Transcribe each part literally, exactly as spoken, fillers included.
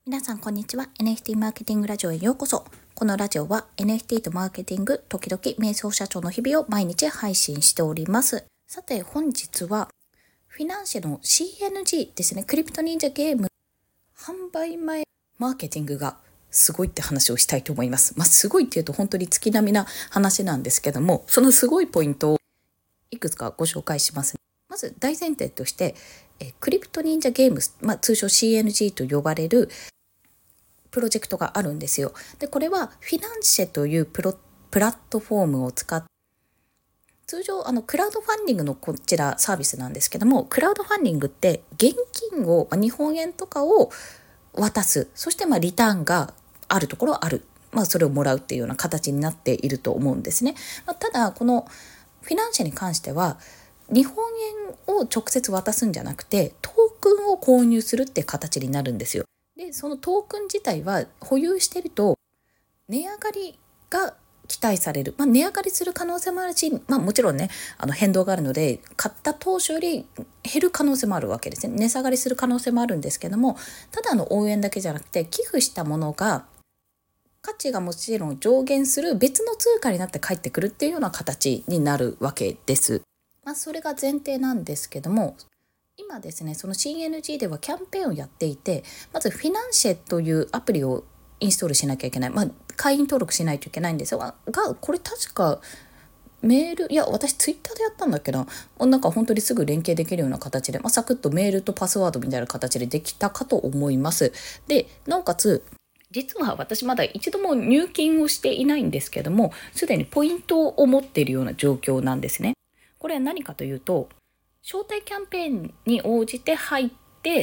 皆さんこんにちは。 エヌエフティー マーケティングラジオへようこそ。このラジオは エヌエフティー とマーケティング、時々瞑想社長の日々を毎日配信しております。さて本日はフィナンシェの シーエヌジー ですね。クリプト忍者ゲーム販売前マーケティングがすごいって話をしたいと思います。まあすごいっていうと本当に月並みな話なんですけども、そのすごいポイントをいくつかご紹介します。まず大前提としてえクリプト忍者ゲーム、まあ、通称 シーエヌジー と呼ばれるプロジェクトがあるんですよ。で、これはフィナンシェというプロプラットフォームを使って、通常あのクラウドファンディングのこちらサービスなんですけども、クラウドファンディングって現金を日本円とかを渡す、そしてまあリターンがあるところはある、まあ、それをもらうっていうような形になっていると思うんですね。まあ、ただこのフィナンシェに関しては日本円を直接渡すんじゃなくてトークンを購入するって形になるんですよ。で、そのトークン自体は保有してると値上がりが期待される、まあ、値上がりする可能性もあるし、まあ、もちろんねあの変動があるので買った当初より減る可能性もあるわけですね。値下がりする可能性もあるんですけども、ただの応援だけじゃなくて寄付したものが価値がもちろん上限する別の通貨になって返ってくるっていうような形になるわけです。まあ、それが前提なんですけども、今ですねその シーエヌジー ではキャンペーンをやっていて、まずフィナンシェというアプリをインストールしなきゃいけない、まあ、会員登録しないといけないんですが、がこれ確かメール、いや私ツイッターでやったんだっけな、なんか本当にすぐ連携できるような形で、まあ、サクッとメールとパスワードみたいな形でできたかと思います。でなおかつ実は私まだ一度も入金をしていないんですけども、すでにポイントを持っているような状況なんですね。これは何かというと、招待キャンペーンに応じて入って、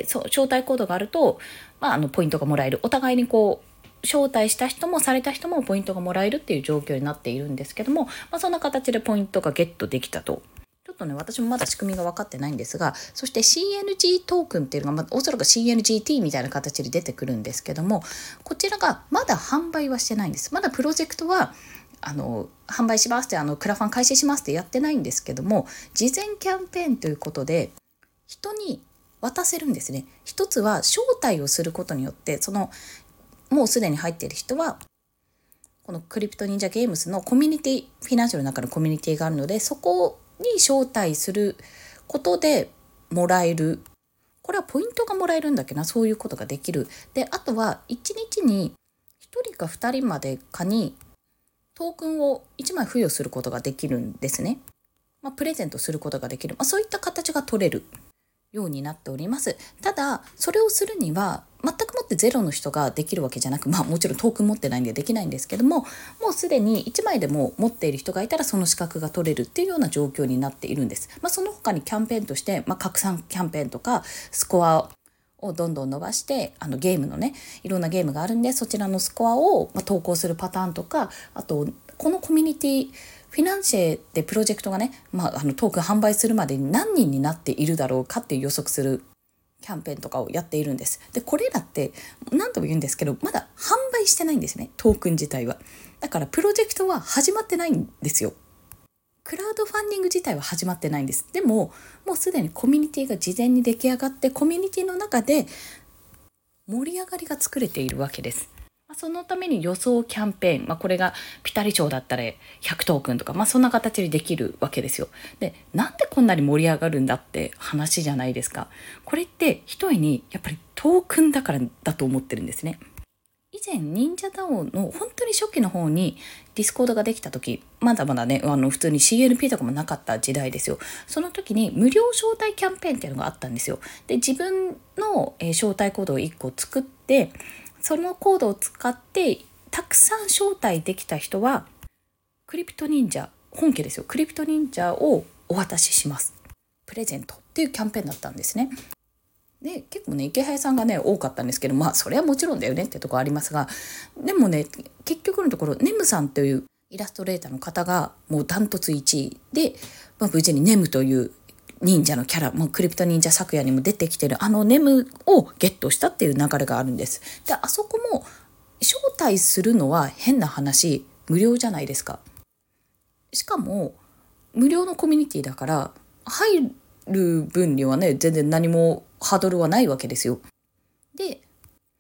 そう招待コードがあると、まあ、あのポイントがもらえる、お互いにこう招待した人もされた人もポイントがもらえるっていう状況になっているんですけども、まあ、そんな形でポイントがゲットできたと。ちょっとね私もまだ仕組みが分かってないんですが、そして シーエヌジー トークンっていうのが、まあ、おそらく シーエヌジーティー みたいな形で出てくるんですけども、こちらがまだ販売はしてないんです。まだプロジェクトはあの販売しますってあのクラファン開始しますってやってないんですけども、事前キャンペーンということで人に渡せるんですね。一つは招待をすることによって、そのもうすでに入っている人はこのクリプト忍者ゲームスのコミュニティ、フィナンシャルの中のコミュニティがあるので、そこに招待することでもらえる、これはポイントがもらえるんだっけな、そういうことができる。であとはいちにちにひとりかふたりまでかにトークンをいちまい付与することができるんですね。まあ、プレゼントすることができる、まあ、そういった形が取れるようになっております。ただそれをするには全くもってゼロの人ができるわけじゃなく、まあもちろんトークン持ってないんでできないんですけども、もうすでにいちまいでも持っている人がいたらその資格が取れるっていうような状況になっているんです。まあ、その他にキャンペーンとして、まあ、拡散キャンペーンとかスコアをどんどん伸ばして、あのゲームのねいろんなゲームがあるんで、そちらのスコアを、まあ、投稿するパターンとか、あとこのコミュニティフィナンシェでプロジェクトがね、まあ、あのトークン販売するまでに何人になっているだろうかっていう予測するキャンペーンとかをやっているんです。でこれらって何度も言うんですけど、まだ販売してないんですね、トークン自体は。だからプロジェクトは始まってないんですよ。クラウドファンディング自体は始まってないんです。でももうすでにコミュニティが事前に出来上がって、コミュニティの中で盛り上がりが作れているわけです。そのために予想キャンペーン、まあ、これがピタリ賞だったらひゃくトークンとか、まあ、そんな形でできるわけですよ。でなんでこんなに盛り上がるんだって話じゃないですか。これって一重にやっぱりトークンだからだと思ってるんですね。以前忍者ダオの本当に初期の方にディスコードができた時、まだまだねあの普通に シーエヌピー とかもなかった時代ですよ。その時に無料招待キャンペーンっていうのがあったんですよ。で自分の、えー招待コードをいっこ作って、そのコードを使ってたくさん招待できた人はクリプト忍者、本家ですよ、クリプト忍者をお渡しします、プレゼントっていうキャンペーンだったんですね。で結構ね池早さんがね多かったんですけど、まあそれはもちろんだよねってとこありますが、でもね結局のところネムさんというイラストレーターの方がもうダントツいちいで、まあ、無事にネムという忍者のキャラ、もうクリプト忍者昨夜にも出てきてるあのネムをゲットしたっていう流れがあるんです。であそこも招待するのは変な話無料じゃないですか。しかも無料のコミュニティだから入る分にはね全然何もハードルはないわけですよ。で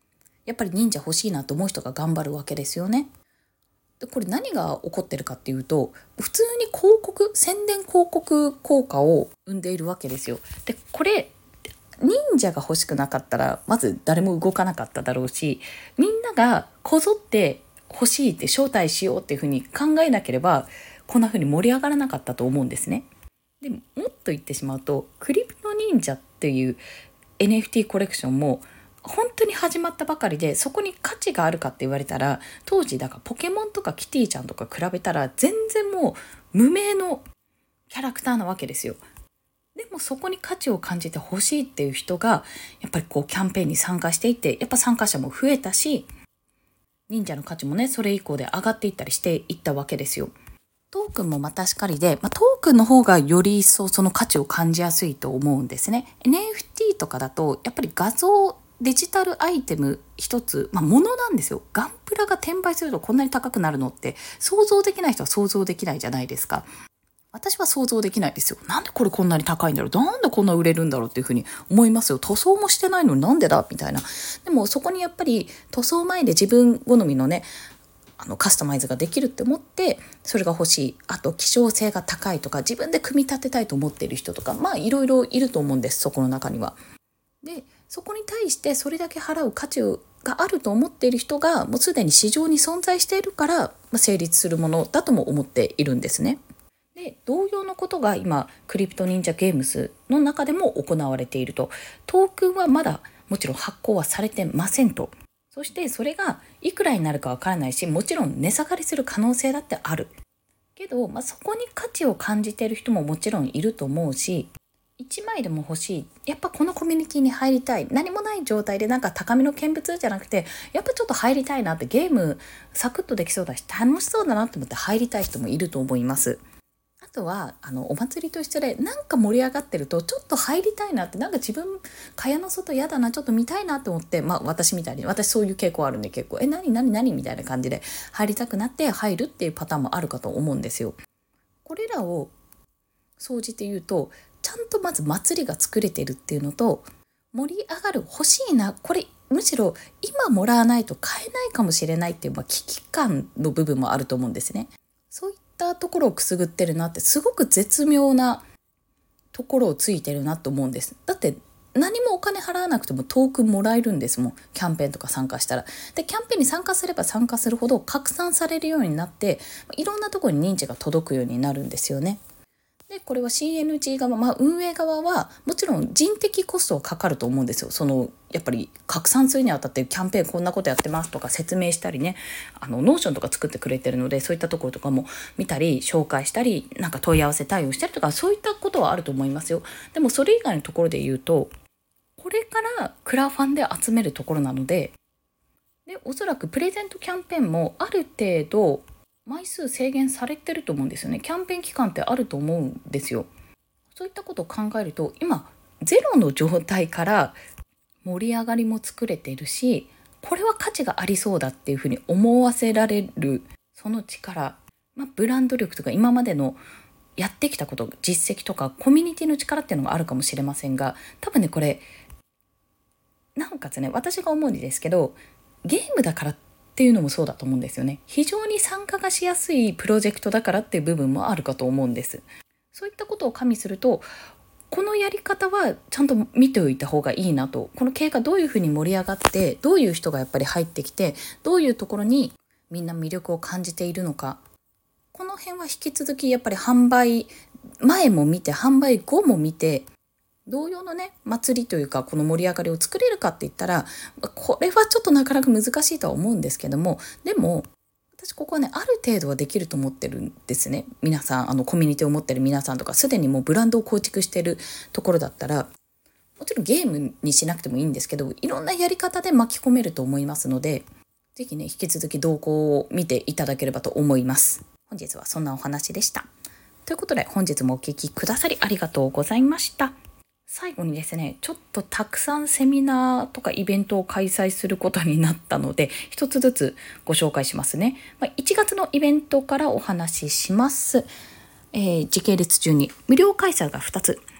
やっぱり忍者欲しいなと思う人が頑張るわけですよね。でこれ何が起こってるかっていうと、普通に広告宣伝広告効果を生んでいるわけですよ。でこれ忍者が欲しくなかったらまず誰も動かなかっただろうし、みんながこぞって欲しいって招待しようっていうふうに考えなければこんなふうに盛り上がらなかったと思うんですね。でもっと言ってしまうと、クリプト忍者っていう エヌエフティー コレクションも本当に始まったばかりで、そこに価値があるかって言われたら、当時だからポケモンとかキティちゃんとか比べたら全然もう無名のキャラクターなわけですよ。でもそこに価値を感じてほしいっていう人がやっぱりこうキャンペーンに参加していて、やっぱ参加者も増えたし、忍者の価値もねそれ以降で上がっていったりしていったわけですよ。トークンもまたしかりで、まあ、トークンの方がより一層その価値を感じやすいと思うんですね。 エヌエフティー とかだとやっぱり画像デジタルアイテム一つ、まあ、物なんですよ。ガンプラが転売するとこんなに高くなるのって想像できない人は想像できないじゃないですか。私は想像できないですよ。なんでこれこんなに高いんだろう、なんでこんな売れるんだろうっていうふうに思いますよ。塗装もしてないのになんでだみたいな。でもそこにやっぱり塗装前で自分好みのねあのカスタマイズができるって思ってそれが欲しい、あと希少性が高いとか自分で組み立てたいと思っている人とか、まあいろいろいると思うんです、そこの中には。でそこに対してそれだけ払う価値があると思っている人がもうすでに市場に存在しているから、まあ、成立するものだとも思っているんですね。で同様のことが今クリプト忍者ゲームズの中でも行われていると。トークンはまだもちろん発行はされてませんと。そしてそれがいくらになるかわからないし、もちろん値下がりする可能性だってあるけど、まあ、そこに価値を感じている人ももちろんいると思うし、いちまいでも欲しい、やっぱこのコミュニティに入りたい、何もない状態でなんか高みの見物じゃなくてやっぱちょっと入りたいなって、ゲームサクッとできそうだし楽しそうだなと思って入りたい人もいると思います。あとはあのお祭りと一緒でなんか盛り上がってるとちょっと入りたいなって、なんか自分蚊帳の外嫌だなちょっと見たいなと思って、まあ私みたいに、私そういう傾向あるんで結構え何何何みたいな感じで入りたくなって入るっていうパターンもあるかと思うんですよ。これらを総じて言うと、ちゃんとまず祭りが作れてるっていうのと、盛り上がる、欲しいな、これむしろ今もらわないと買えないかもしれないっていう、まあ、危機感の部分もあると思うんですね。そういったところをくすぐってるなって、すごく絶妙なところをついてるなと思うんです。だって何もお金払わなくてもトークンもらえるんですもん、キャンペーンとか参加したら。でキャンペーンに参加すれば参加するほど拡散されるようになって、いろんなところに認知が届くようになるんですよね。でこれは シーエヌジー 側、まあ、運営側はもちろん人的コストはかかると思うんですよ。そのやっぱり拡散するにあたってキャンペーンこんなことやってますとか説明したりね、あのノーションとか作ってくれてるので、そういったところとかも見たり紹介したり、なんか問い合わせ対応したりとか、そういったことはあると思いますよ。でもそれ以外のところで言うと、これからクラファンで集めるところなので、でおそらくプレゼントキャンペーンもある程度枚数制限されてると思うんですよね。キャンペーン期間ってあると思うんですよ。そういったことを考えると、今ゼロの状態から盛り上がりも作れているし、これは価値がありそうだっていうふうに思わせられるその力、まあ、ブランド力とか今までのやってきたこと、実績とかコミュニティの力っていうのがあるかもしれませんが、多分ねこれなおかつね、私が思うんですけど、ゲームだからっていうのもそうだと思うんですよね。非常に参加がしやすいプロジェクトだからっていう部分もあるかと思うんです。そういったことを加味すると、このやり方はちゃんと見ておいた方がいいなと。この経過どういうふうに盛り上がって、どういう人がやっぱり入ってきて、どういうところにみんな魅力を感じているのか、この辺は引き続きやっぱり販売前も見て販売後も見て、同様のね祭りというかこの盛り上がりを作れるかって言ったら、これはちょっとなかなか難しいとは思うんですけども、でも私ここはねある程度はできると思ってるんですね。皆さんあのコミュニティを持ってる皆さんとか、すでにもうブランドを構築してるところだったら、もちろんゲームにしなくてもいいんですけど、いろんなやり方で巻き込めると思いますので、ぜひね引き続き動向を見ていただければと思います。本日はそんなお話でした。ということで本日もお聞きくださりありがとうございました。最後にですね、ちょっとたくさんセミナーとかイベントを開催することになったので、一つずつご紹介しますね。いちがつのイベントからお話しします。えー、時系列順に無料開催がふたつ。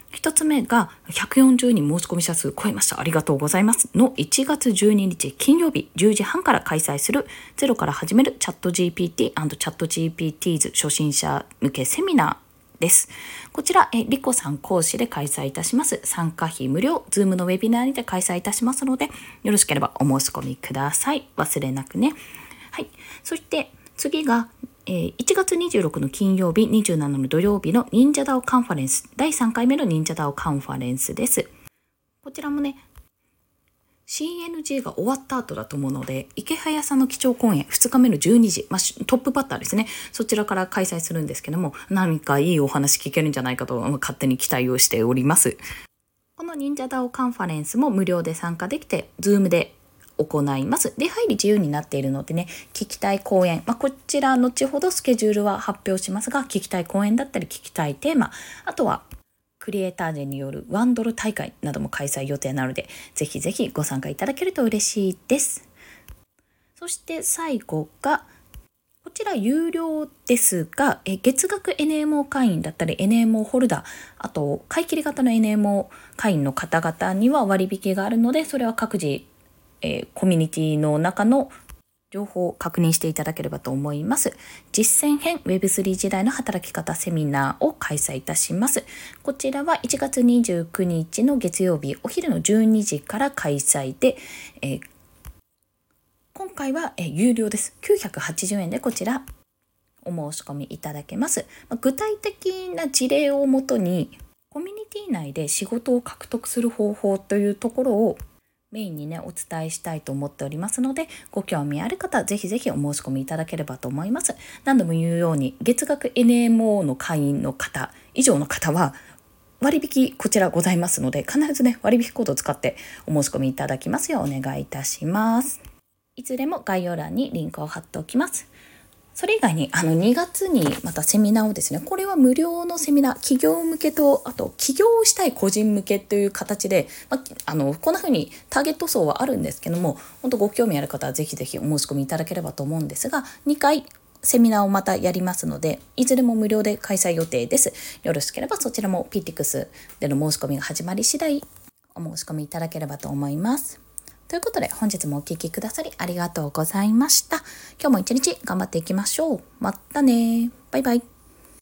ひとつめがひゃくよんじゅうにん申し込み者数超えました。ありがとうございます。のいちがつじゅうににち金曜日じゅうじはんから開催するゼロから始めるチャット ジーピーティー&チャット ジーピーティーズ 初心者向けセミナーです。こちら、えリコさん講師で開催いたします。参加費無料、ズームのウェビナーにて開催いたしますので、よろしければお申し込みください。忘れなくね。はい。そして次が、えー、いちがつにじゅうろくの金曜日、にじゅうしちの土曜日の忍者ダオカンファレンス、だいさんかいめの忍者ダオカンファレンスです。こちらもね、シーエヌジー が終わった後だと思うので、池早さんの基調講演、ふつかめのじゅうにじ、まあ、トップバッターですね。そちらから開催するんですけども、何かいいお話聞けるんじゃないかと勝手に期待をしております。この忍者ダオカンファレンスも無料で参加できて、ズームで行います。出入り自由になっているのでね、聞きたい講演、まあ、こちら後ほどスケジュールは発表しますが、聞きたい講演だったり聞きたいテーマ、あとはクリエイター陣によるワンドル大会なども開催予定なので、ぜひぜひご参加いただけると嬉しいです。そして最後が、こちら有料ですが、え月額 エヌエムオー 会員だったり エヌエムオー ホルダー、あと買い切り型の エヌエムオー 会員の方々には割引があるので、それは各自えー、コミュニティの中の情報を確認していただければと思います。実践編 ウェブスリー 時代の働き方セミナーを開催いたします。こちらはいちがつにじゅうくにちの月曜日お昼のじゅうにじから開催で、えー、今回は、えー、有料です。きゅうひゃくはちじゅうえんでこちらお申し込みいただけます。まあ、具体的な事例をもとにコミュニティ内で仕事を獲得する方法というところをメインにねお伝えしたいと思っておりますので、ご興味ある方ぜひぜひお申し込みいただければと思います。何度も言うように月額 エヌエムオー の会員の方以上の方は割引こちらございますので、必ずね割引コードを使ってお申し込みいただきますようお願いいたします。いずれも概要欄にリンクを貼っておきます。それ以外にあのにがつにまたセミナーをですね、これは無料のセミナー、企業向けとあと起業をしたい個人向けという形で、まあ、あのこんな風にターゲット層はあるんですけども、本当ご興味ある方はぜひぜひお申し込みいただければと思うんですが、にかいセミナーをまたやりますので、いずれも無料で開催予定です。よろしければそちらも ピーティックス での申し込みが始まり次第お申し込みいただければと思います。ということで本日もお聞きくださりありがとうございました。今日も一日頑張っていきましょう。またね。バイバイ。